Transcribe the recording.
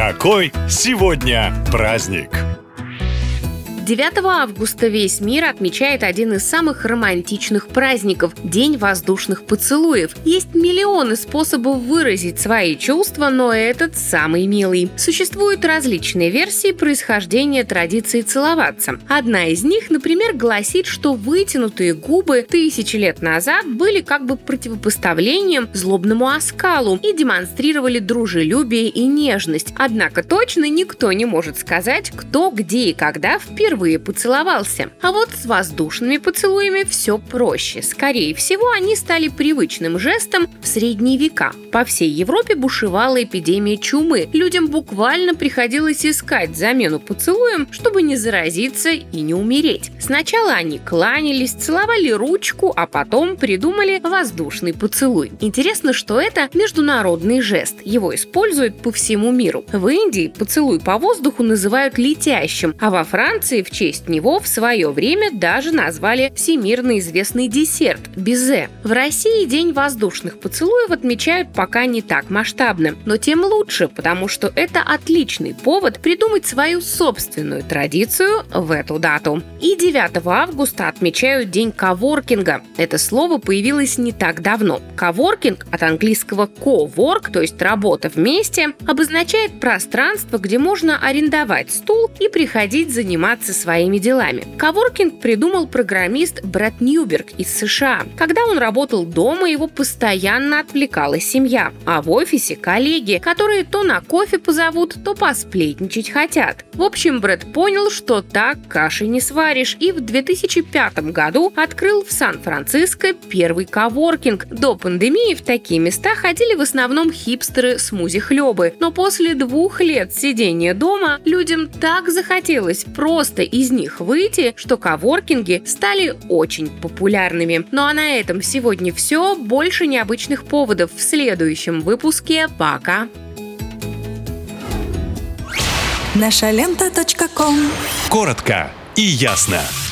Какой сегодня праздник? 9 августа весь мир отмечает один из самых романтичных праздников – День воздушных поцелуев. Есть миллионы способов выразить свои чувства, но этот самый милый. Существуют различные версии происхождения традиции целоваться. Одна из них, например, гласит, что вытянутые губы тысячи лет назад были как бы противопоставлением злобному оскалу и демонстрировали дружелюбие и нежность. Однако точно никто не может сказать, кто, где и когда впервые поцеловался. А вот с воздушными поцелуями все проще. Скорее всего, они стали привычным жестом в средние века. По всей Европе бушевала эпидемия чумы. Людям буквально приходилось искать замену поцелуем, чтобы не заразиться и не умереть. Сначала они кланялись, целовали ручку, а потом придумали воздушный поцелуй. Интересно, что это международный жест. Его используют по всему миру. В Индии поцелуй по воздуху называют летящим, а во Франции в честь него в свое время даже назвали всемирно известный десерт – безе. В России День воздушных поцелуев отмечают пока не так масштабно, но тем лучше, потому что это отличный повод придумать свою собственную традицию в эту дату. И 9 августа отмечают День коворкинга. Это слово появилось не так давно. Коворкинг от английского co-work, то есть работа вместе, обозначает пространство, где можно арендовать стул и приходить заниматься своими делами. Коворкинг придумал программист Брэд Ньюберг из США. Когда он работал дома, его постоянно отвлекала семья, а в офисе коллеги, которые то на кофе позовут, то посплетничать хотят. В общем, Брэд понял, что так каши не сваришь, и в 2005 году открыл в Сан-Франциско первый коворкинг. До пандемии в такие места ходили в основном хипстеры-смузи-хлебы, но после 2 лет сидения дома людям так захотелось просто из них выйти, что коворкинги стали очень популярными. Ну а на этом сегодня все. Больше необычных поводов в следующем выпуске. Пока! Нашалента.ком. Коротко и ясно.